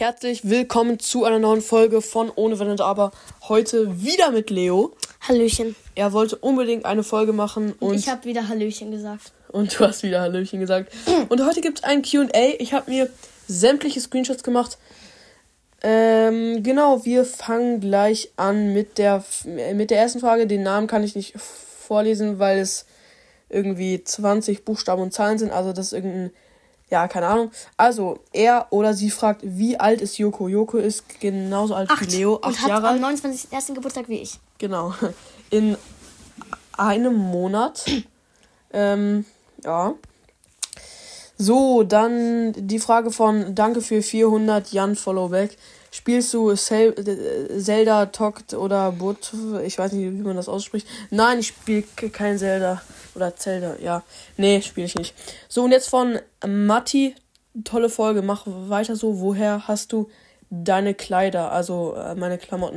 Herzlich willkommen zu einer neuen Folge von Ohne Wenn und Aber. Heute wieder mit Leo. Hallöchen. Er wollte unbedingt eine Folge machen und ich habe wieder Hallöchen gesagt. Und du hast wieder Hallöchen gesagt. Und heute gibt es ein Q&A. Ich habe mir sämtliche Screenshots gemacht. Genau, wir fangen gleich an mit der ersten Frage. Den Namen kann ich nicht vorlesen, weil es irgendwie 20 Buchstaben und Zahlen sind. Also das ist irgendein... Ja, keine Ahnung. Also, er oder sie fragt, wie alt ist Joko? Joko ist genauso alt wie Leo, 8 Jahre alt. Und hat am 29. Geburtstag wie ich. Genau. In einem Monat. Ja. So, dann die Frage von Danke für 400 Jan Followback. Spielst du Zelda, Toct oder Bot? Ich weiß nicht, wie man das ausspricht. Nein, ich spiele kein Zelda. Oder Zelda, ja. Nee, spiele ich nicht. So, und jetzt von Matti. Tolle Folge, mach weiter so. Woher hast du deine Kleider? Also, meine Klamotten.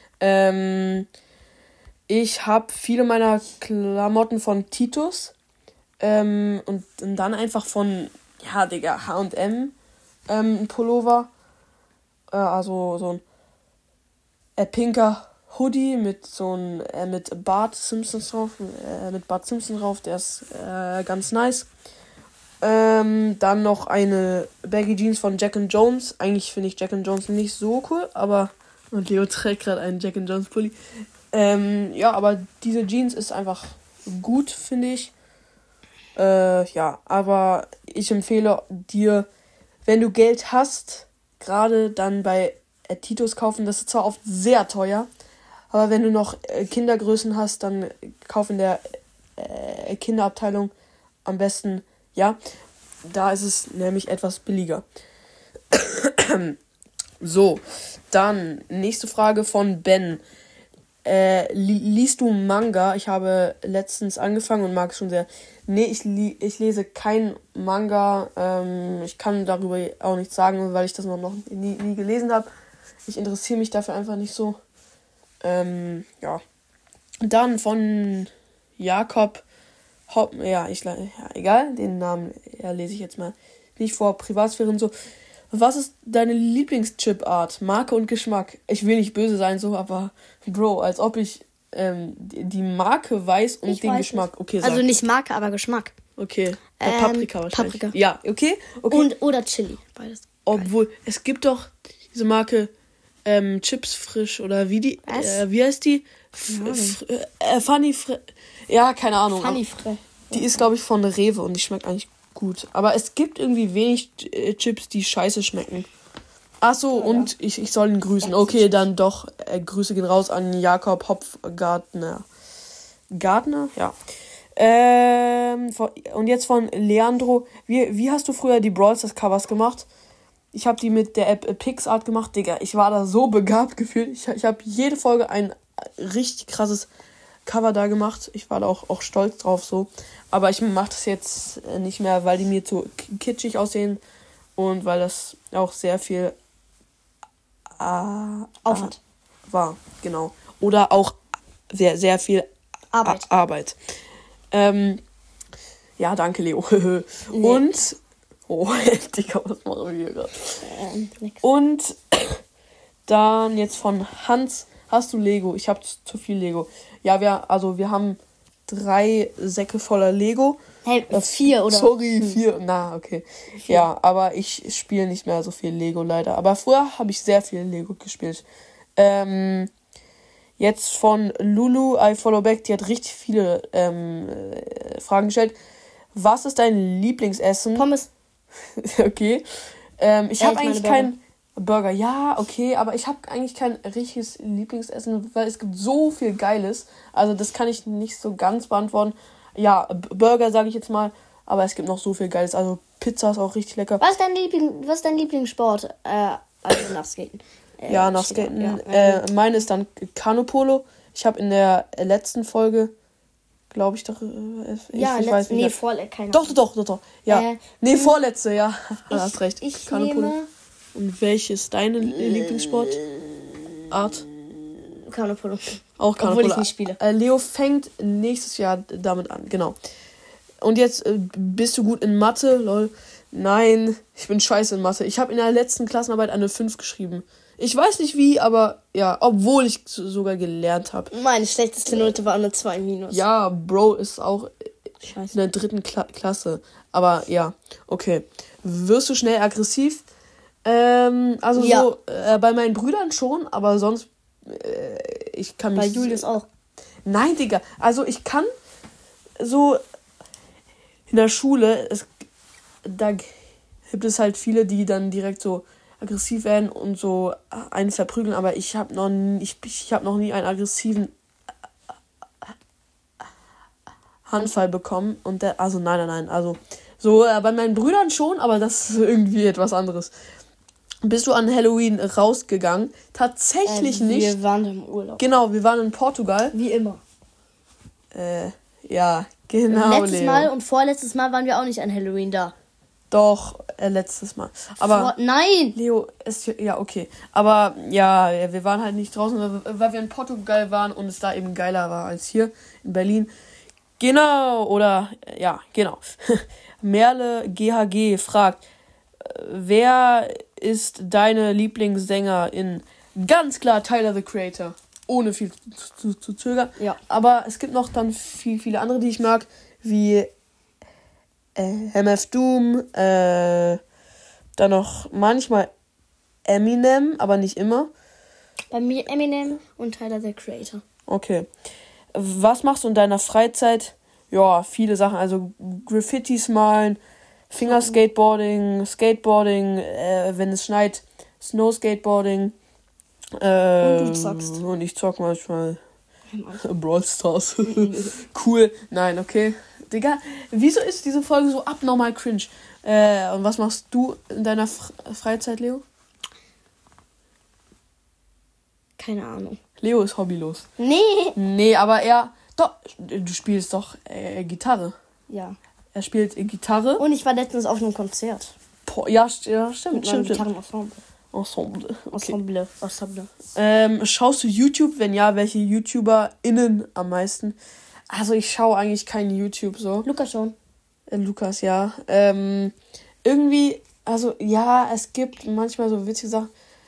Ich habe viele meiner Klamotten von Titus. Und dann einfach von, ja, Digga, H&M. Ein Pullover. Also so ein pinker Hoodie mit mit Bart Simpsons drauf, mit Bart Simpson drauf, der ist ganz nice. Dann noch eine Baggy Jeans von Jack & Jones. Eigentlich finde ich Jack & Jones nicht so cool, aber und Leo trägt gerade einen Jack & Jones Pulli. Ja, aber diese Jeans ist einfach gut, finde ich. Ja, aber ich empfehle dir, wenn du Geld hast, gerade dann bei Titus kaufen. Das ist zwar oft sehr teuer, aber wenn du noch Kindergrößen hast, dann kauf in der Kinderabteilung am besten. Ja, da ist es nämlich etwas billiger. So, dann nächste Frage von Ben. Liest du Manga? Ich habe letztens angefangen und mag es schon sehr. Nee, ich lese kein Manga. Ich kann darüber auch nichts sagen, weil ich das noch nie gelesen habe. Ich interessiere mich dafür einfach nicht so. Ja. Dann von Jakob Hopp. Ja, egal. Den Namen lese ich jetzt mal nicht vor. Privatsphäre und so. Was ist deine Lieblingschip-Art? Marke und Geschmack? Ich will nicht böse sein, so, aber Bro, als ob ich die Marke weiß und den Geschmack. Okay, sag. Also nicht Marke, aber Geschmack. Okay. Paprika wahrscheinlich. Paprika. Ja, okay. Oder Chili, beides. Obwohl, es gibt doch diese Marke Chips frisch oder wie heißt die? Funny Frisch. Ja, keine Ahnung. Funny Frisch. Die ist, glaube ich, von Rewe und die schmeckt eigentlich gut. Aber es gibt irgendwie wenig Chips, die scheiße schmecken. Ach so, ja. Und ich soll ihn grüßen. Okay, dann doch. Grüße gehen raus an Jakob Hopfgartner. Gartner? Ja. Und jetzt von Leandro. Wie hast du früher die Brawl Stars Covers gemacht? Ich habe die mit der App PixArt gemacht, Digga. Ich war da so begabt gefühlt. Ich habe jede Folge ein richtig krasses Cover da gemacht. Ich war da auch stolz drauf so. Aber ich mache das jetzt nicht mehr, weil die mir zu kitschig aussehen. Und weil das auch sehr viel Aufwand war. Genau. Oder auch sehr, sehr viel Arbeit. Ja, danke, Leo. Nee. Und... Oh, Digga, was machen wir hier gerade? Und dann jetzt von Hans. Hast du Lego? Ich habe zu viel Lego. Ja, wir haben 3 Säcke voller Lego. Hey, 4 oder? Sorry, 4. Na, okay. 4. Ja, aber ich spiele nicht mehr so viel Lego leider. Aber früher habe ich sehr viel Lego gespielt. Jetzt von Lulu, I Follow Back. Die hat richtig viele Fragen gestellt. Was ist dein Lieblingsessen? Pommes. Okay. Ich habe eigentlich kein Burger. Ja, okay, aber ich habe eigentlich kein richtiges Lieblingsessen, weil es gibt so viel Geiles. Also das kann ich nicht so ganz beantworten. Ja, Burger sage ich jetzt mal, aber es gibt noch so viel Geiles. Also Pizza ist auch richtig lecker. Was ist dein Lieblingssport? Also nach Skaten. Ja, nach Skaten. Ja. Meine ist dann Kanupolo. Ich habe in der letzten Folge, glaube ich doch, ich weiß nicht. Nee, vorletzte. Doch. Ja. Vorletzte, ja. Du hast recht. Ich nehme... Und welches ist deine Lieblingssportart? Kanupolo. Auch Kanupolo. Obwohl ich nicht spiele. Leo fängt nächstes Jahr damit an, genau. Und jetzt bist du gut in Mathe, lol. Nein, ich bin scheiße in Mathe. Ich habe in der letzten Klassenarbeit eine 5 geschrieben. Ich weiß nicht wie, aber ja, obwohl ich sogar gelernt habe. Meine schlechteste Note war eine 2 minus. Ja, Bro ist auch Scheiße. in der 3. Klasse. Aber ja, okay. Wirst du schnell aggressiv? Also Ja. so, bei meinen Brüdern schon, aber sonst, ich kann mich... Bei Julius auch. Nein, Digga. Also ich kann so in der Schule, da gibt es halt viele, die dann direkt so aggressiv werden und so einen verprügeln, aber ich habe noch nie einen aggressiven Handfall bekommen. Und also nein. Also so bei meinen Brüdern schon, aber das ist irgendwie etwas anderes. Bist du an Halloween rausgegangen? Tatsächlich nicht. Wir waren im Urlaub. Genau, wir waren in Portugal. Wie immer. Ja, genau. Letztes Leo. Mal und vorletztes Mal waren wir auch nicht an Halloween da. Doch, letztes Mal. Aber Nein! Leo, ja, okay. Aber ja, wir waren halt nicht draußen, weil wir in Portugal waren und es da eben geiler war als hier in Berlin. Genau, oder, ja, genau. Merle GHG fragt, wer ist deine Lieblingssängerin? Ganz klar Tyler, the Creator. Ohne viel zu zögern. Ja. Aber es gibt noch dann viele andere, die ich mag, wie MF Doom, dann noch manchmal Eminem, aber nicht immer. Bei mir Eminem und Tyler, the Creator. Okay. Was machst du in deiner Freizeit? Ja, viele Sachen. Also Graffitis malen, Fingerskateboarding, Skateboarding, wenn es schneit, Snowskateboarding. Und du zockst. Und ich zock manchmal Brawl Stars. Cool. Nein, okay. Digga, wieso ist diese Folge so abnormal cringe? Und was machst du in deiner Freizeit, Leo? Keine Ahnung. Leo ist hobbylos. Nee. Aber doch, du spielst doch Gitarre. Ja. Er spielt Gitarre. Und ich war letztens auf einem Konzert. Ja, stimmt. Mit meinem Gitarrenensemble. Okay. Ensemble. Schaust du YouTube? Wenn ja, welche YouTuberInnen am meisten? Also ich schaue eigentlich kein YouTube so. Lukas schon. Lukas, ja. Irgendwie, also ja, es gibt manchmal so witzige Sachen.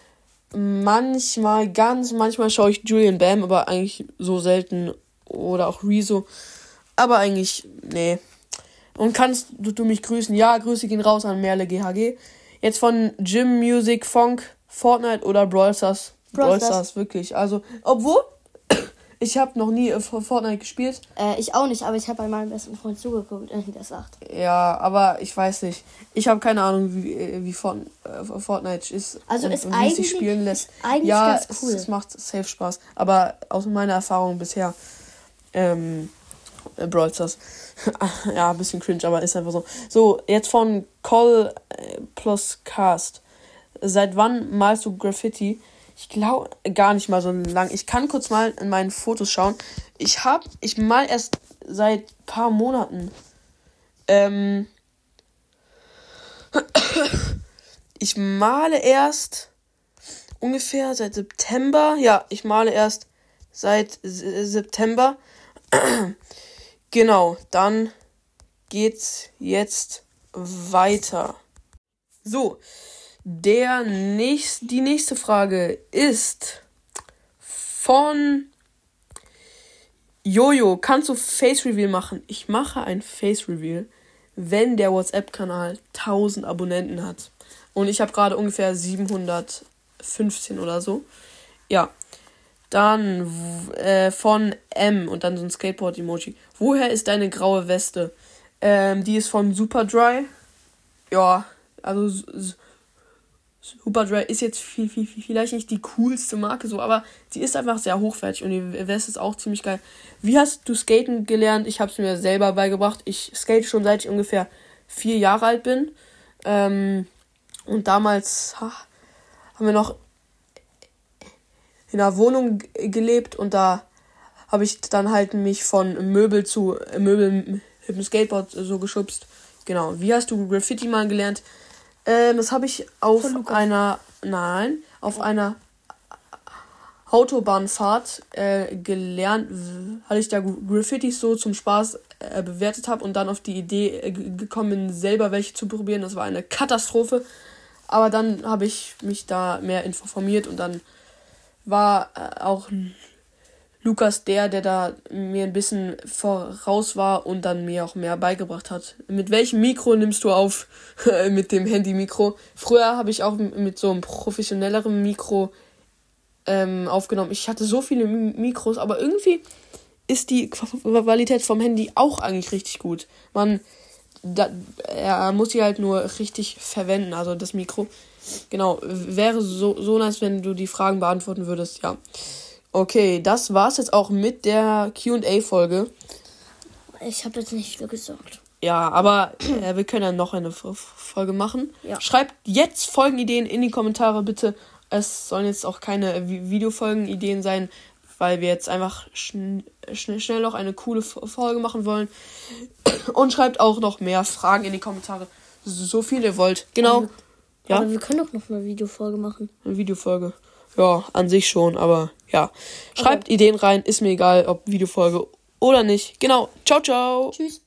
Manchmal schaue ich Julian Bam, aber eigentlich so selten. Oder auch Rezo. Aber eigentlich, nee. Und kannst du mich grüßen? Ja, Grüße gehen raus an Merle GHG. Jetzt von Gym, Music, Funk, Fortnite oder Brawl Stars? Brawl Stars, wirklich. Also, obwohl, ich habe noch nie Fortnite gespielt. Ich auch nicht, aber ich habe bei meinem besten Freund zugeguckt und der sagt. Ja, aber ich weiß nicht. Ich habe keine Ahnung, wie Fortnite ist. Also und wie es sich eigentlich, spielen lässt. ist eigentlich Ja, ganz cool. es macht safe Spaß. Aber aus meiner Erfahrung bisher, Brawl Stars. Ja, ein bisschen cringe, aber ist einfach so. So, jetzt von Call plus Cast. Seit wann malst du Graffiti? Ich glaube gar nicht mal so lang. Ich kann kurz mal in meinen Fotos schauen. Ich mal erst seit paar Monaten. Ich male erst ungefähr seit September. Ja, ich male erst seit September. Genau, dann geht's jetzt weiter. So, die nächste Frage ist von Jojo. Kannst du Face Reveal machen? Ich mache ein Face Reveal, wenn der WhatsApp-Kanal 1000 Abonnenten hat. Und ich habe gerade ungefähr 715 oder so. Ja. Dann von M und dann so ein Skateboard-Emoji. Woher ist deine graue Weste? Die ist von Superdry. Ja, also Superdry ist jetzt vielleicht nicht die coolste Marke so, aber sie ist einfach sehr hochwertig und die Weste ist auch ziemlich geil. Wie hast du Skaten gelernt? Ich habe es mir selber beigebracht. Ich skate schon seit ich ungefähr 4 Jahre alt bin. Und damals haben wir noch in einer Wohnung gelebt und da habe ich dann halt mich von Möbel zu Möbel mit dem Skateboard so geschubst. Genau. Wie hast du Graffiti mal gelernt? Das habe ich auf einer Autobahnfahrt gelernt, weil ich da Graffitis so zum Spaß bewertet habe und dann auf die Idee gekommen bin, selber welche zu probieren. Das war eine Katastrophe. Aber dann habe ich mich da mehr informiert und dann war auch Lukas der da mir ein bisschen voraus war und dann mir auch mehr beigebracht hat. Mit welchem Mikro nimmst du auf? Mit dem Handy-Mikro. Früher habe ich auch mit so einem professionelleren Mikro aufgenommen. Ich hatte so viele Mikros, aber irgendwie ist die Qualität vom Handy auch eigentlich richtig gut. Er muss sie halt nur richtig verwenden, also das Mikro. Genau, wäre so nice, wenn du die Fragen beantworten würdest, ja. Okay, das war's jetzt auch mit der Q&A-Folge. Ich habe jetzt nicht viel gesagt. Ja, aber wir können dann noch eine Folge machen. Ja. Schreibt jetzt Folgenideen in die Kommentare, bitte. Es sollen jetzt auch keine Videofolgenideen sein, weil wir jetzt einfach schnell noch eine coole Folge machen wollen. Und schreibt auch noch mehr Fragen in die Kommentare. So viel ihr wollt. Genau. Ja. Aber wir können doch noch eine Videofolge machen. Eine Videofolge. Ja, an sich schon, aber ja. Schreibt Ideen rein, ist mir egal, ob Videofolge oder nicht. Genau. Ciao, ciao. Tschüss.